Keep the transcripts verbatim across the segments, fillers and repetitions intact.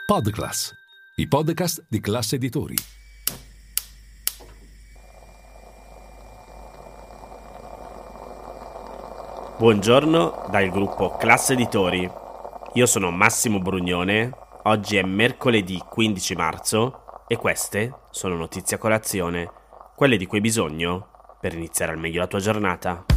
Podclass, i podcast di Classe Editori. Buongiorno dal gruppo Classe Editori. Io sono Massimo Brugnone. Oggi è mercoledì quindici marzo e queste sono notizie a colazione, quelle di cui hai bisogno per iniziare al meglio la tua giornata.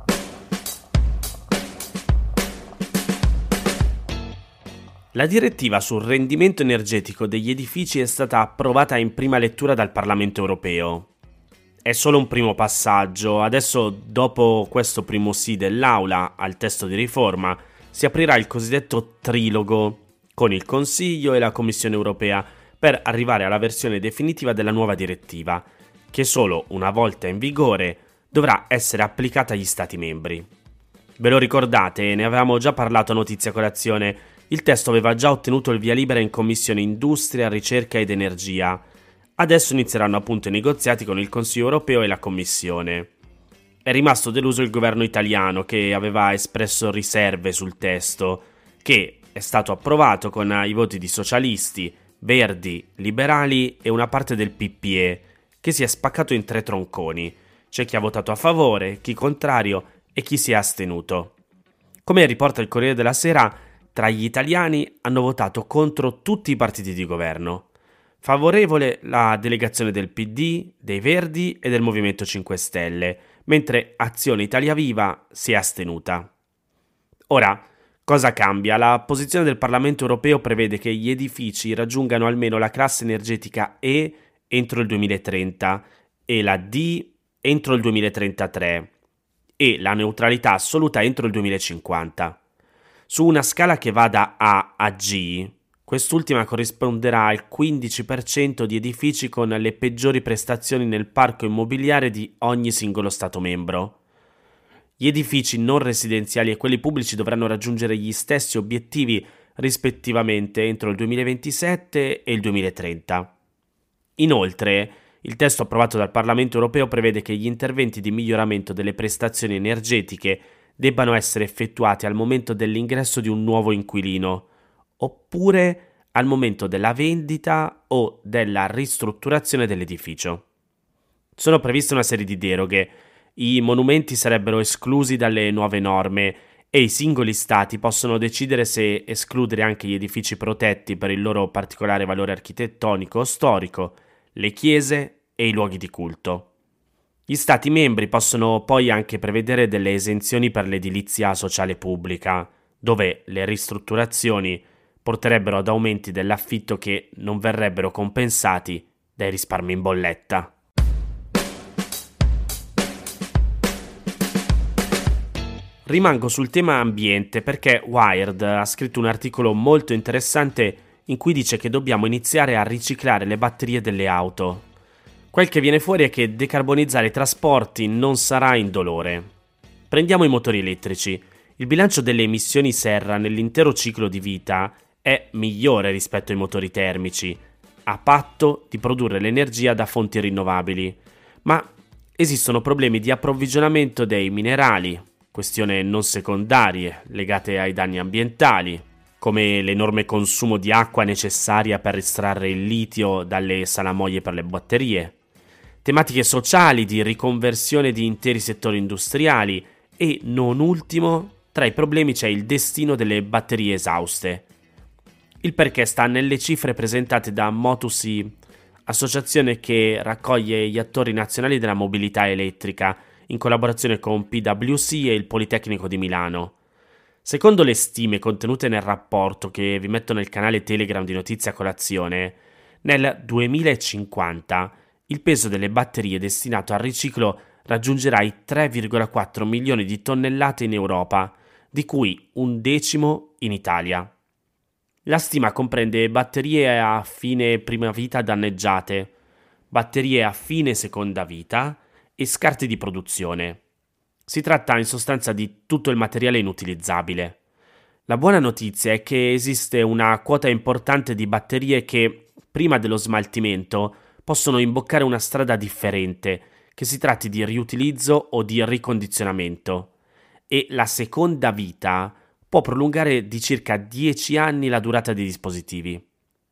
La direttiva sul rendimento energetico degli edifici è stata approvata in prima lettura dal Parlamento europeo. È solo un primo passaggio. Adesso, dopo questo primo sì dell'Aula al testo di riforma, si aprirà il cosiddetto trilogo con il Consiglio e la Commissione europea per arrivare alla versione definitiva della nuova direttiva, che solo una volta in vigore dovrà essere applicata agli Stati membri. Ve lo ricordate? Ne avevamo già parlato a Notizia Colazione. Il testo aveva già ottenuto il via libera in Commissione Industria, Ricerca ed Energia. Adesso inizieranno appunto i negoziati con il Consiglio europeo e la Commissione. È rimasto deluso il governo italiano, che aveva espresso riserve sul testo, che è stato approvato con i voti di socialisti, verdi, liberali e una parte del P P E, che si è spaccato in tre tronconi. C'è chi ha votato a favore, chi contrario e chi si è astenuto. Come riporta il Corriere della Sera, tra gli italiani hanno votato contro tutti i partiti di governo. Favorevole la delegazione del P D, dei Verdi e del Movimento cinque Stelle, mentre Azione Italia Viva si è astenuta. Ora, cosa cambia? La posizione del Parlamento europeo prevede che gli edifici raggiungano almeno la classe energetica E entro il duemilatrenta e la D entro il duemilatrentatré e la neutralità assoluta entro il duemilacinquanta. Su una scala che va da A a G, quest'ultima corrisponderà al quindici per cento di edifici con le peggiori prestazioni nel parco immobiliare di ogni singolo Stato membro. Gli edifici non residenziali e quelli pubblici dovranno raggiungere gli stessi obiettivi rispettivamente entro il duemilaventisette e il duemilatrenta. Inoltre, il testo approvato dal Parlamento europeo prevede che gli interventi di miglioramento delle prestazioni energetiche debbano essere effettuati al momento dell'ingresso di un nuovo inquilino, oppure al momento della vendita o della ristrutturazione dell'edificio. Sono previste una serie di deroghe. I monumenti sarebbero esclusi dalle nuove norme e i singoli stati possono decidere se escludere anche gli edifici protetti per il loro particolare valore architettonico o storico, le chiese e i luoghi di culto. Gli Stati membri possono poi anche prevedere delle esenzioni per l'edilizia sociale pubblica, dove le ristrutturazioni porterebbero ad aumenti dell'affitto che non verrebbero compensati dai risparmi in bolletta. Rimango sul tema ambiente perché Wired ha scritto un articolo molto interessante in cui dice che dobbiamo iniziare a riciclare le batterie delle auto. Quel che viene fuori è che decarbonizzare i trasporti non sarà indolore. Prendiamo i motori elettrici. Il bilancio delle emissioni serra nell'intero ciclo di vita è migliore rispetto ai motori termici, a patto di produrre l'energia da fonti rinnovabili. Ma esistono problemi di approvvigionamento dei minerali, questioni non secondarie legate ai danni ambientali, come l'enorme consumo di acqua necessaria per estrarre il litio dalle salamoie per le batterie, tematiche sociali di riconversione di interi settori industriali e, non ultimo, tra i problemi c'è il destino delle batterie esauste. Il perché sta nelle cifre presentate da Motus-E, associazione che raccoglie gli attori nazionali della mobilità elettrica, in collaborazione con P W C e il Politecnico di Milano. Secondo le stime contenute nel rapporto che vi metto nel canale Telegram di Notizia Colazione, nel duemilacinquanta il peso delle batterie destinato al riciclo raggiungerà i tre virgola quattro milioni di tonnellate in Europa, di cui un decimo in Italia. La stima comprende batterie a fine prima vita danneggiate, batterie a fine seconda vita e scarti di produzione. Si tratta in sostanza di tutto il materiale inutilizzabile. La buona notizia è che esiste una quota importante di batterie che, prima dello smaltimento, possono imboccare una strada differente, che si tratti di riutilizzo o di ricondizionamento, e la seconda vita può prolungare di circa dieci anni la durata dei dispositivi.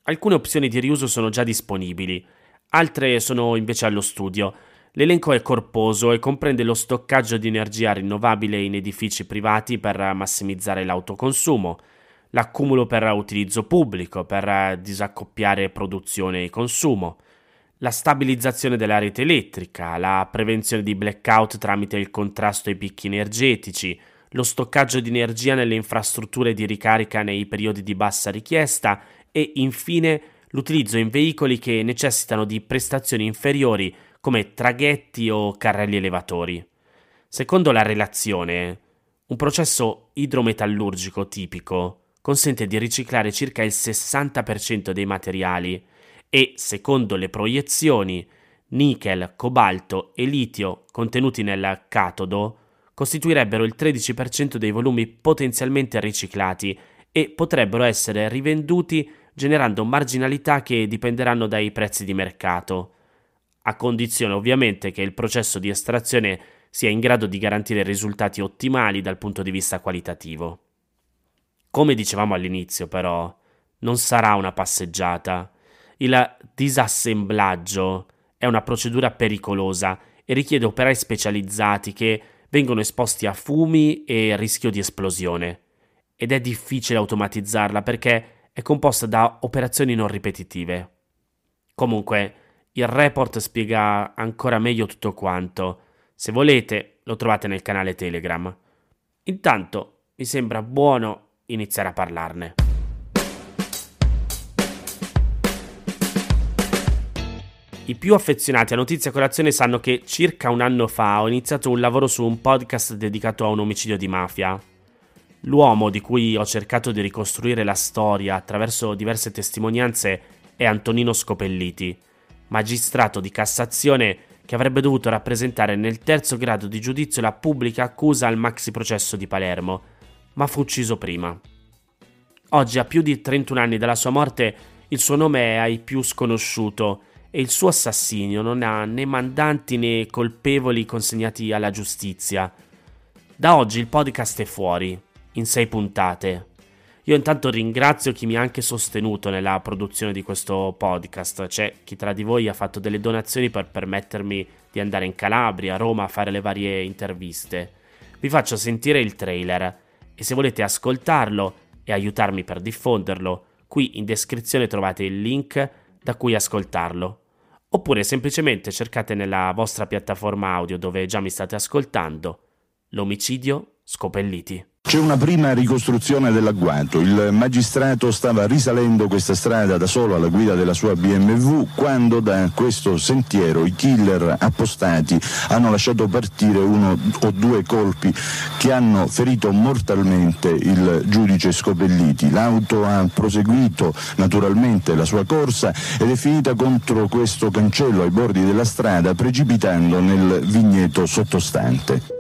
Alcune opzioni di riuso sono già disponibili, altre sono invece allo studio. L'elenco è corposo e comprende lo stoccaggio di energia rinnovabile in edifici privati per massimizzare l'autoconsumo, l'accumulo per utilizzo pubblico per disaccoppiare produzione e consumo, la stabilizzazione della rete elettrica, la prevenzione di blackout tramite il contrasto ai picchi energetici, lo stoccaggio di energia nelle infrastrutture di ricarica nei periodi di bassa richiesta e infine l'utilizzo in veicoli che necessitano di prestazioni inferiori come traghetti o carrelli elevatori. Secondo la relazione, un processo idrometallurgico tipico consente di riciclare circa il sessanta per cento dei materiali e, secondo le proiezioni, nichel, cobalto e litio contenuti nel catodo costituirebbero il tredici per cento dei volumi potenzialmente riciclati e potrebbero essere rivenduti generando marginalità che dipenderanno dai prezzi di mercato, a condizione ovviamente che il processo di estrazione sia in grado di garantire risultati ottimali dal punto di vista qualitativo. Come dicevamo all'inizio, però, non sarà una passeggiata. Il disassemblaggio è una procedura pericolosa e richiede operai specializzati che vengono esposti a fumi e rischio di esplosione. Ed è difficile automatizzarla perché è composta da operazioni non ripetitive. Comunque, il report spiega ancora meglio tutto quanto. Se volete, lo trovate nel canale Telegram. Intanto, mi sembra buono iniziare a parlarne. I più affezionati a Notizia Colazione sanno che circa un anno fa ho iniziato un lavoro su un podcast dedicato a un omicidio di mafia. L'uomo di cui ho cercato di ricostruire la storia attraverso diverse testimonianze è Antonino Scopelliti, magistrato di Cassazione che avrebbe dovuto rappresentare nel terzo grado di giudizio la pubblica accusa al maxi processo di Palermo, ma fu ucciso prima. Oggi, a più di trentuno anni dalla sua morte, il suo nome è ai più sconosciuto e il suo assassinio non ha né mandanti né colpevoli consegnati alla giustizia. Da oggi il podcast è fuori, in sei puntate. Io intanto ringrazio chi mi ha anche sostenuto nella produzione di questo podcast. C'è chi tra di voi ha fatto delle donazioni per permettermi di andare in Calabria, a Roma a fare le varie interviste. Vi faccio sentire il trailer e se volete ascoltarlo e aiutarmi per diffonderlo, qui in descrizione trovate il link da cui ascoltarlo. Oppure semplicemente cercate nella vostra piattaforma audio dove già mi state ascoltando l'omicidio Scopelliti. C'è una prima ricostruzione dell'agguato. Il magistrato stava risalendo questa strada da solo alla guida della sua B M W quando da questo sentiero i killer appostati hanno lasciato partire uno o due colpi che hanno ferito mortalmente il giudice Scopelliti. L'auto ha proseguito naturalmente la sua corsa ed è finita contro questo cancello ai bordi della strada, precipitando nel vigneto sottostante.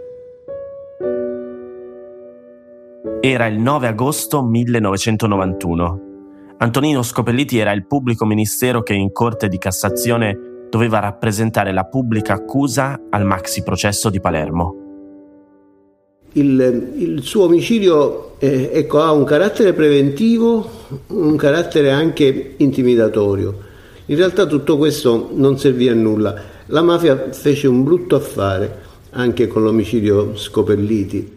Era il nove agosto millenovecentonovantuno. Antonino Scopelliti era il pubblico ministero che in Corte di Cassazione doveva rappresentare la pubblica accusa al maxi processo di Palermo. Il, il suo omicidio eh, ecco, ha un carattere preventivo, un carattere anche intimidatorio. In realtà tutto questo non servì a nulla. La mafia fece un brutto affare anche con l'omicidio Scopelliti.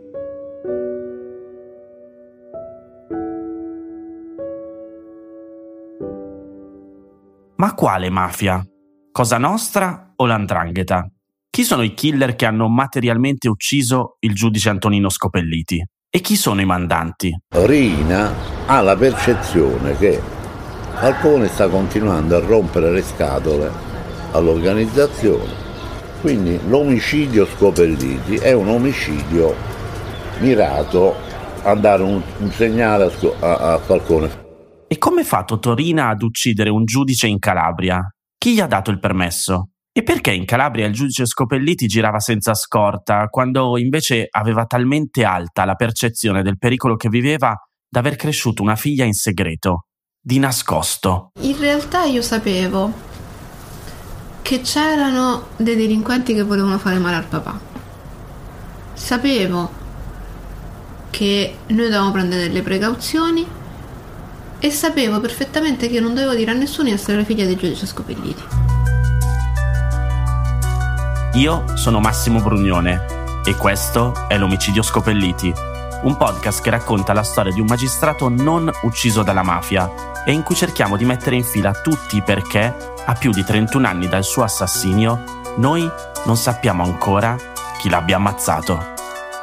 Ma quale mafia? Cosa Nostra o l'Andrangheta? Chi sono i killer che hanno materialmente ucciso il giudice Antonino Scopelliti? E chi sono i mandanti? Rina ha la percezione che Falcone sta continuando a rompere le scatole all'organizzazione, quindi l'omicidio Scopelliti è un omicidio mirato a dare un, un segnale a, Sco- a, a Falcone. E come fa Totorina ad uccidere un giudice in Calabria? Chi gli ha dato il permesso? E perché in Calabria il giudice Scopelliti girava senza scorta, quando invece aveva talmente alta la percezione del pericolo che viveva da aver cresciuto una figlia in segreto, di nascosto? In realtà io sapevo che c'erano dei delinquenti che volevano fare male al papà. Sapevo che noi dovevamo prendere delle precauzioni e sapevo perfettamente che io non dovevo dire a nessuno di essere la figlia del giudice Scopelliti. Io sono Massimo Brugnone e questo è l'Omicidio Scopelliti, un podcast che racconta la storia di un magistrato non ucciso dalla mafia e in cui cerchiamo di mettere in fila tutti i perché, a più di trentuno anni dal suo assassinio, noi non sappiamo ancora chi l'abbia ammazzato.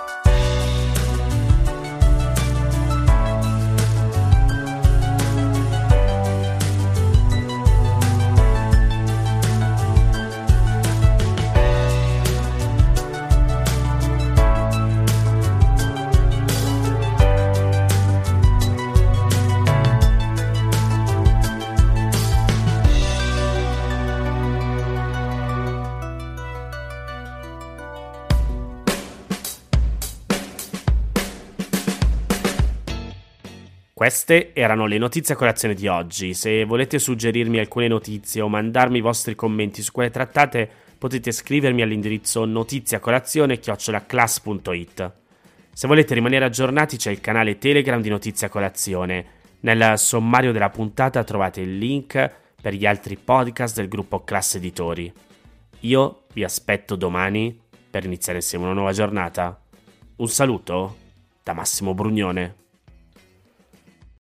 Queste erano le notizie a colazione di oggi. Se volete suggerirmi alcune notizie o mandarmi i vostri commenti su quelle trattate, potete scrivermi all'indirizzo notiziacolazione chiocciola class punto it. Se volete rimanere aggiornati c'è il canale Telegram di Notizia Colazione. Nel sommario della puntata trovate il link per gli altri podcast del gruppo Class Editori. Io vi aspetto domani per iniziare insieme una nuova giornata. Un saluto da Massimo Brugnone.